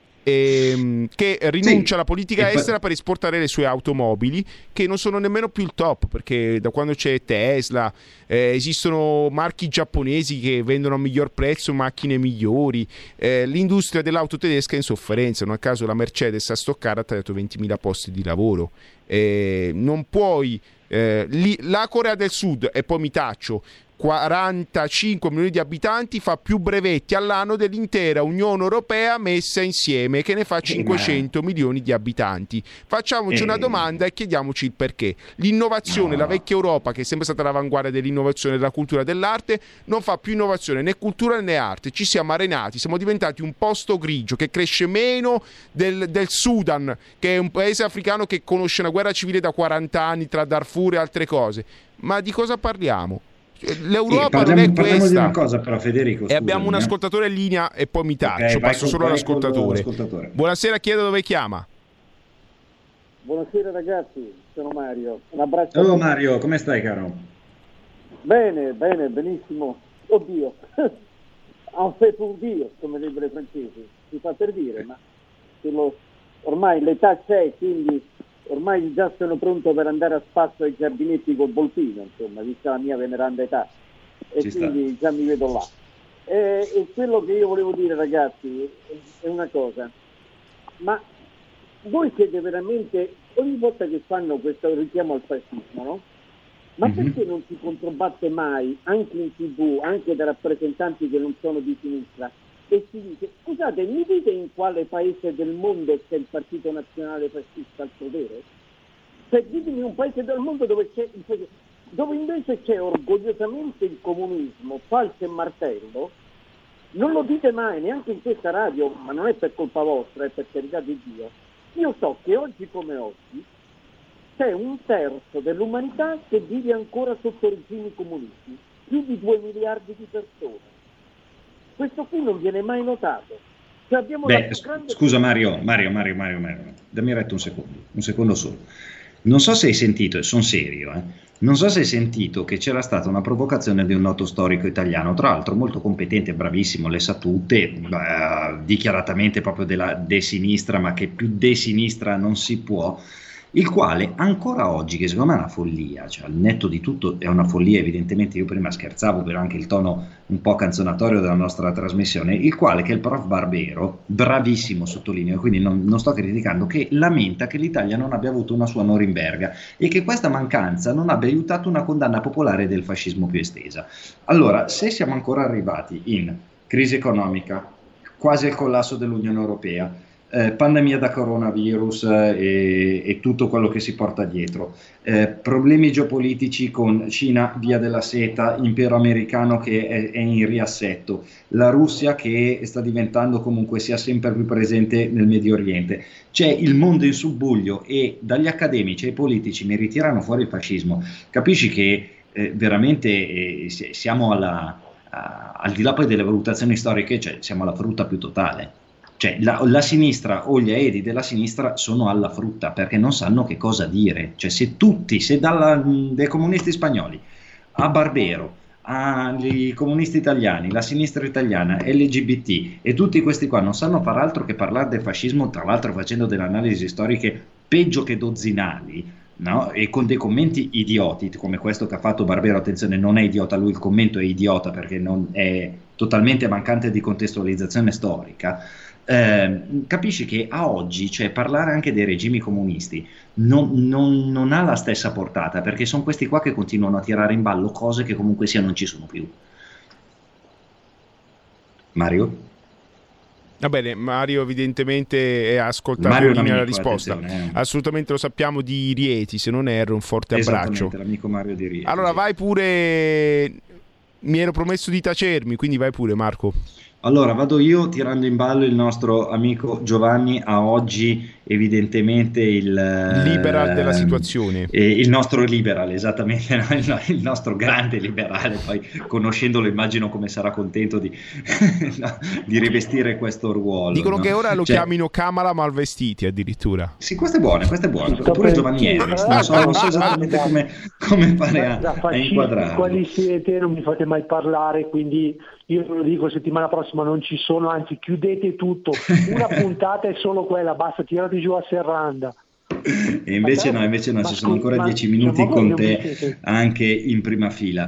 Che rinuncia alla politica estera per esportare le sue automobili, che non sono nemmeno più il top, perché da quando c'è Tesla esistono marchi giapponesi che vendono a miglior prezzo macchine migliori. L'industria dell'auto tedesca è in sofferenza, non a caso la Mercedes a Stoccarda ha tagliato 20.000 posti di lavoro. Non puoi la Corea del Sud, e poi mi taccio, 45 milioni di abitanti, fa più brevetti all'anno dell'intera Unione Europea messa insieme, che ne fa 500 milioni di abitanti. Facciamoci una domanda e chiediamoci il perché. L'innovazione, la vecchia Europa, che è sempre stata all'avanguardia dell'innovazione, della cultura e dell'arte, non fa più innovazione né cultura né arte. Ci siamo arenati, siamo diventati un posto grigio che cresce meno del Sudan, che è un paese africano che conosce una guerra civile da 40 anni tra Darfur e altre cose. Ma di cosa parliamo? L'Europa non è questa. Di una cosa però, Federico, e abbiamo un ascoltatore in linea e poi mi taccio, passo solo all'ascoltatore. Buonasera, chiedo dove chiama. Buonasera ragazzi, sono Mario, un abbraccio. Ciao Mario, come stai caro? Bene, benissimo. Oddio, en fait pour dire, come direbbero i francesi, si fa per dire, ma ormai l'età c'è, quindi ormai già sono pronto per andare a spasso ai giardinetti col volpino, insomma, vista la mia veneranda età, e quindi già mi vedo là. E quello che io volevo dire ragazzi è una cosa, ma voi siete veramente, ogni volta che fanno questo richiamo al fascismo, no? Ma perché non si controbatte mai, anche in TV, anche da rappresentanti che non sono di sinistra, e si dice, scusate, mi dite in quale paese del mondo c'è il partito nazionale fascista al potere? Cioè, ditemi un paese del mondo dove invece c'è orgogliosamente il comunismo, falce e martello. Non lo dite mai, neanche in questa radio, ma non è per colpa vostra, è per carità di Dio. Io so che oggi come oggi c'è un terzo dell'umanità che vive ancora sotto regimi comunisti, più di 2 miliardi di persone. Questo qui non viene mai notato. Cioè abbiamo scusa Mario, dammi retto un secondo solo. Non so se hai sentito, e sono serio, non so se hai sentito che c'era stata una provocazione di un noto storico italiano, tra l'altro molto competente, bravissimo, le sa tutte, dichiaratamente proprio della de sinistra, ma che più de sinistra non si può, il quale ancora oggi, che secondo me è una follia, cioè al netto di tutto è una follia, evidentemente io prima scherzavo per anche il tono un po' canzonatorio della nostra trasmissione, il quale, che è il prof Barbero, bravissimo sottolineo, quindi non sto criticando, che lamenta che l'Italia non abbia avuto una sua Norimberga e che questa mancanza non abbia aiutato una condanna popolare del fascismo più estesa. Allora, se siamo ancora arrivati in crisi economica, quasi al collasso dell'Unione Europea, pandemia da coronavirus e tutto quello che si porta dietro, problemi geopolitici con Cina, via della seta, impero americano che è in riassetto, la Russia che sta diventando comunque sia sempre più presente nel Medio Oriente, c'è il mondo in subbuglio e dagli accademici ai politici mi ritirano fuori il fascismo. Capisci che veramente siamo al di là poi delle valutazioni storiche, cioè siamo alla frutta più totale. Cioè la sinistra o gli aedi della sinistra sono alla frutta perché non sanno che cosa dire. Cioè se dai comunisti spagnoli a Barbero, ai comunisti italiani, la sinistra italiana, LGBT e tutti questi qua non sanno far altro che parlare del fascismo, tra l'altro facendo delle analisi storiche peggio che dozzinali, no? E con dei commenti idioti come questo che ha fatto Barbero. Attenzione, non è idiota lui, il commento è idiota perché non è totalmente mancante di contestualizzazione storica. Capisci che a oggi, cioè, parlare anche dei regimi comunisti non ha la stessa portata, perché sono questi qua che continuano a tirare in ballo cose che comunque sia non ci sono più. Mario? Va bene, Mario evidentemente ha ascoltato Mario la risposta. Assolutamente, lo sappiamo, di Rieti, se non erro, un forte abbraccio. L'amico Mario di Rieti. Allora vai pure, mi ero promesso di tacermi, quindi vai pure Marco. Allora vado io tirando in ballo il nostro amico Giovanni, a oggi evidentemente il liberal della situazione, il nostro liberal, esattamente, no? Il nostro grande liberale. Poi conoscendolo immagino come sarà contento di, no, di rivestire questo ruolo. Dicono, no? Che ora lo Cioè, chiamino Kamala Malvestiti addirittura. Sì, questo è buono. Pure Giovanni Ellis, non so esattamente come fare a inquadrarlo. Quali siete? Non mi fate mai parlare, quindi io ve lo dico, settimana prossima non ci sono, anzi chiudete tutto, una puntata è solo quella, basta, tirate giù a serranda. E invece no, ci sono ancora 10 minuti con te anche in prima fila.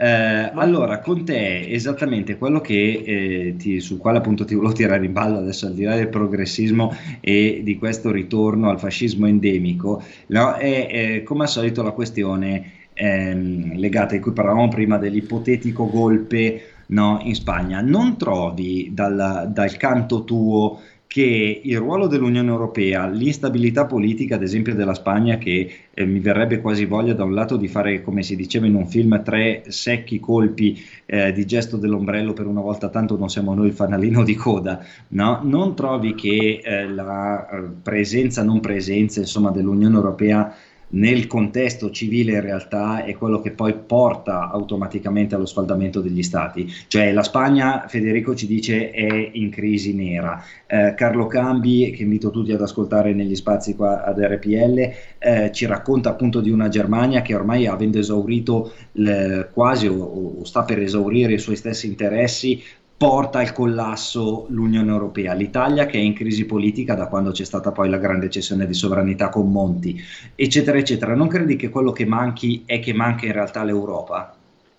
Allora, con te esattamente quello che sul quale appunto ti volevo tirare in ballo adesso, al di là del progressismo e di questo ritorno al fascismo endemico, no, è come al solito la questione legata, di cui parlavamo prima, dell'ipotetico golpe, no, in Spagna. Non trovi dal canto tuo che il ruolo dell'Unione Europea, l'instabilità politica ad esempio della Spagna, che mi verrebbe quasi voglia da un lato di fare, come si diceva in un film, 3 secchi colpi di gesto dell'ombrello, per una volta tanto non siamo noi il fanalino di coda, no? Non trovi che la non presenza insomma dell'Unione Europea nel contesto civile in realtà è quello che poi porta automaticamente allo sfaldamento degli stati? Cioè la Spagna, Federico ci dice, è in crisi nera. Carlo Cambi, che invito tutti ad ascoltare negli spazi qua ad RPL, ci racconta appunto di una Germania che ormai, avendo esaurito quasi o sta per esaurire i suoi stessi interessi, porta al collasso l'Unione Europea. L'Italia che è in crisi politica da quando c'è stata poi la grande cessione di sovranità con Monti, eccetera eccetera. Non credi che quello che manchi è che manca in realtà l'Europa?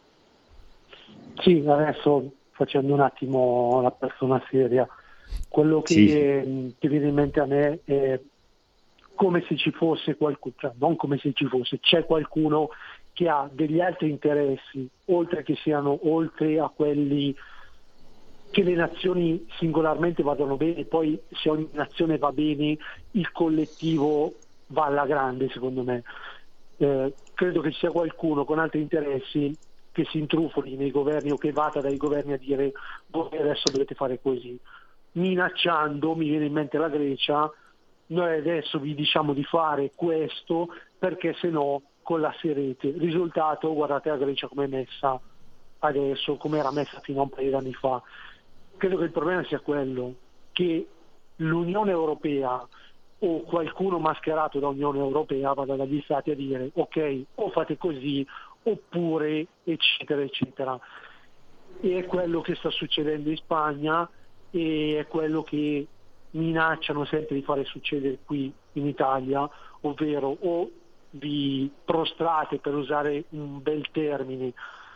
Sì, adesso facendo un attimo la persona seria, quello che viene in mente a me è come se ci fosse qualcuno, cioè non come se ci fosse, c'è qualcuno che ha degli altri interessi, oltre a quelli che le nazioni singolarmente vadano bene, poi se ogni nazione va bene il collettivo va alla grande, secondo me. Credo che ci sia qualcuno con altri interessi che si intrufoli nei governi o che vada dai governi a dire voi adesso dovete fare così, minacciando, mi viene in mente la Grecia, noi adesso vi diciamo di fare questo perché se no collasserete. Risultato, guardate la Grecia come è messa adesso, come era messa fino a un paio di anni fa. Credo che il problema sia quello che l'Unione Europea o qualcuno mascherato da Unione Europea vada dagli stati a dire ok, o fate così oppure eccetera eccetera. E è quello che sta succedendo in Spagna e è quello che minacciano sempre di fare succedere qui in Italia, ovvero o vi prostrate, per usare un bel termine,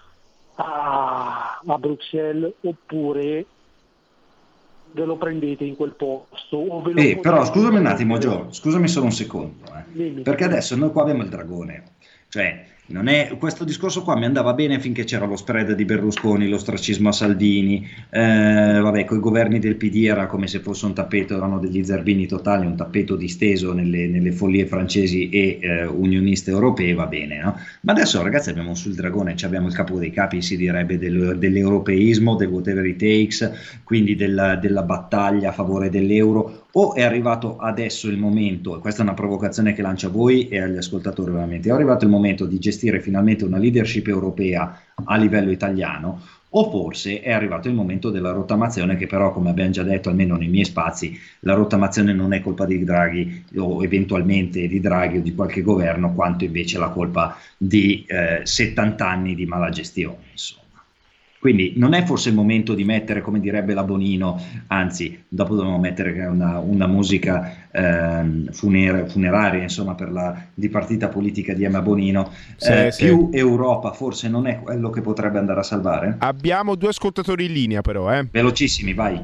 a Bruxelles, oppure ve lo prendete in quel posto o ve lo però scusami un attimo Gio, scusami solo un secondo, perché adesso noi qua abbiamo il dragone, cioè non è, questo discorso qua mi andava bene finché c'era lo spread di Berlusconi, l'ostracismo a Salvini, vabbè, con i governi del PD era come se fosse un tappeto, erano degli zerbini totali, un tappeto disteso nelle follie francesi e unioniste europee, va bene, no? Ma adesso ragazzi abbiamo sul dragone, abbiamo il capo dei capi, si direbbe, dell'europeismo, del whatever it takes, quindi della battaglia a favore dell'euro. O è arrivato adesso il momento, e questa è una provocazione che lancia a voi e agli ascoltatori ovviamente, è arrivato il momento di gestire finalmente una leadership europea a livello italiano, o forse è arrivato il momento della rottamazione, che però, come abbiamo già detto, almeno nei miei spazi, la rottamazione non è colpa di Draghi o eventualmente di Draghi o di qualche governo, quanto invece la colpa di 70 anni di mala gestione, insomma. Quindi non è forse il momento di mettere, come direbbe la Bonino, anzi dopo dobbiamo mettere una musica funeraria, insomma, per la dipartita politica di Emma Bonino. Più Europa forse non è quello che potrebbe andare a salvare? Abbiamo 2 ascoltatori in linea però. Velocissimi, vai.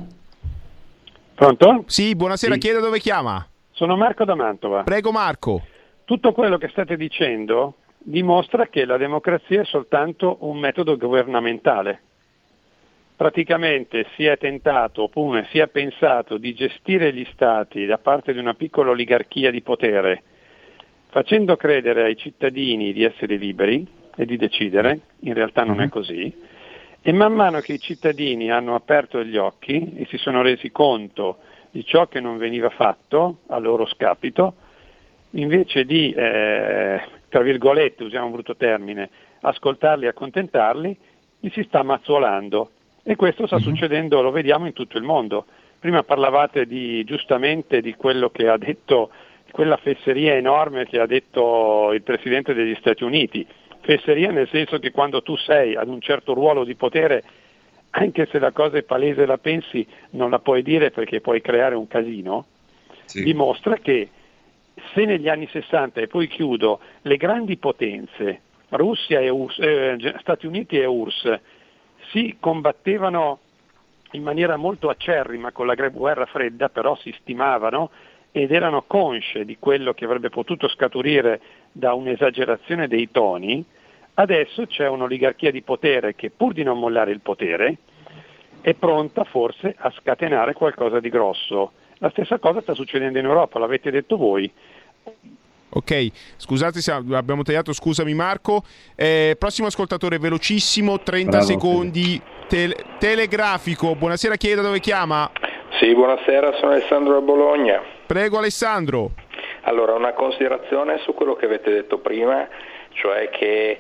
Pronto? Sì, buonasera, chi è, da dove chiama? Sono Marco da Mantova. Prego Marco. Tutto quello che state dicendo dimostra che la democrazia è soltanto un metodo governamentale. Praticamente si è tentato oppure si è pensato di gestire gli stati da parte di una piccola oligarchia di potere, facendo credere ai cittadini di essere liberi e di decidere, in realtà non è così, e man mano che i cittadini hanno aperto gli occhi e si sono resi conto di ciò che non veniva fatto a loro scapito, invece di, tra virgolette, usiamo un brutto termine, ascoltarli e accontentarli, li si sta mazzolando. E questo sta succedendo, lo vediamo in tutto il mondo. Prima parlavate giustamente di quello che ha detto, quella fesseria enorme che ha detto il Presidente degli Stati Uniti. Fesseria nel senso che quando tu sei ad un certo ruolo di potere, anche se la cosa è palese e la pensi, non la puoi dire perché puoi creare un casino, dimostra che se negli anni 60, e poi chiudo, le grandi potenze, Russia e Stati Uniti e URSS, si combattevano in maniera molto acerrima con la guerra fredda, però si stimavano ed erano consce di quello che avrebbe potuto scaturire da un'esagerazione dei toni, adesso c'è un'oligarchia di potere che, pur di non mollare il potere, è pronta forse a scatenare qualcosa di grosso. La stessa cosa sta succedendo in Europa, l'avete detto voi. Ok, scusate se abbiamo tagliato, scusami Marco. Prossimo ascoltatore, velocissimo, 30 Bravo, secondi, telegrafico. Buonasera, chi è, da dove chiama? Sì, buonasera, sono Alessandro da Bologna. Prego Alessandro. Allora, una considerazione su quello che avete detto prima, cioè che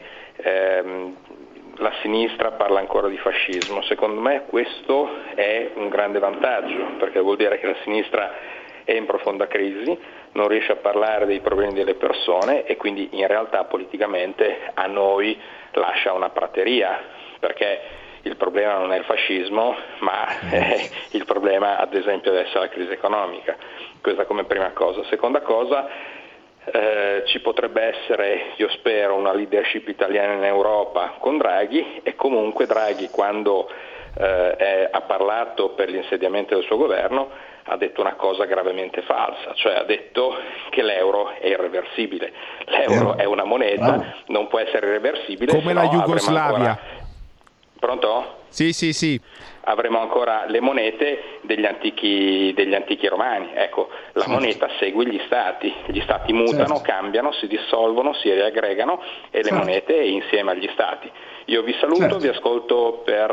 la sinistra parla ancora di fascismo. Secondo me questo è un grande vantaggio, perché vuol dire che la sinistra è in profonda crisi, non riesce a parlare dei problemi delle persone e quindi in realtà politicamente a noi lascia una prateria, perché il problema non è il fascismo, ma il problema ad esempio adesso è la crisi economica. Questa come prima cosa. Seconda cosa, ci potrebbe essere, io spero, una leadership italiana in Europa con Draghi, e comunque Draghi quando ha parlato per l'insediamento del suo governo ha detto una cosa gravemente falsa, cioè ha detto che l'euro è irreversibile. L'euro è una moneta, non può essere irreversibile. Come la Jugoslavia. Pronto? Sì. Avremo ancora le monete degli antichi romani. Ecco, la moneta segue gli stati mutano, cambiano, si dissolvono, si riaggregano e le monete insieme agli stati. Io vi saluto, vi ascolto per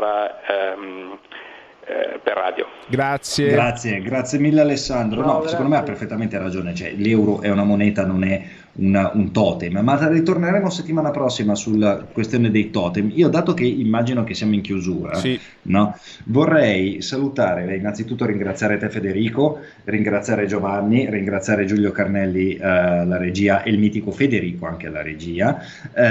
radio. Grazie mille Alessandro. No, secondo me ha perfettamente ragione, cioè l'euro è una moneta, non è un totem, ma ritorneremo settimana prossima sulla questione dei totem. Io, dato che immagino che siamo in chiusura, no, vorrei salutare, innanzitutto ringraziare te Federico, ringraziare Giovanni, ringraziare Giulio Carnelli la regia e il mitico Federico anche alla regia,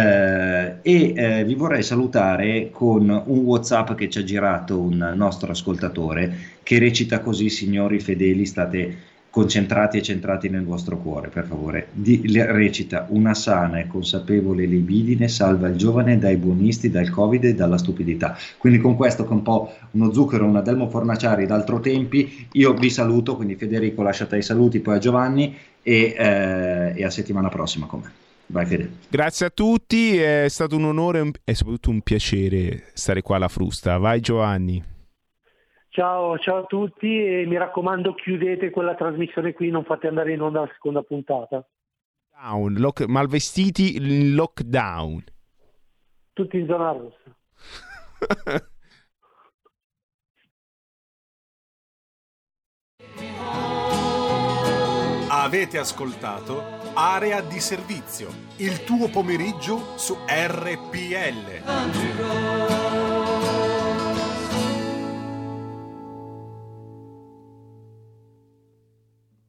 e vi vorrei salutare con un WhatsApp che ci ha girato un nostro ascoltatore che recita così: signori fedeli, state concentrati e centrati nel vostro cuore, per favore. Recita: una sana e consapevole libidine salva il giovane dai buonisti, dal Covid e dalla stupidità. Quindi con questo, che è un po' uno zucchero, un Adelmo Fornaciari d'altro tempi, io vi saluto, quindi Federico lasciate i saluti, poi a Giovanni e a settimana prossima con me. Vai Fede. Grazie a tutti, è stato un onore e soprattutto un piacere stare qua alla frusta. Vai Giovanni. Ciao a tutti, e mi raccomando chiudete quella trasmissione qui, non fate andare in onda la seconda puntata. Malvestiti in lockdown. Tutti in zona rossa. Avete ascoltato Area di Servizio, il tuo pomeriggio su RPL.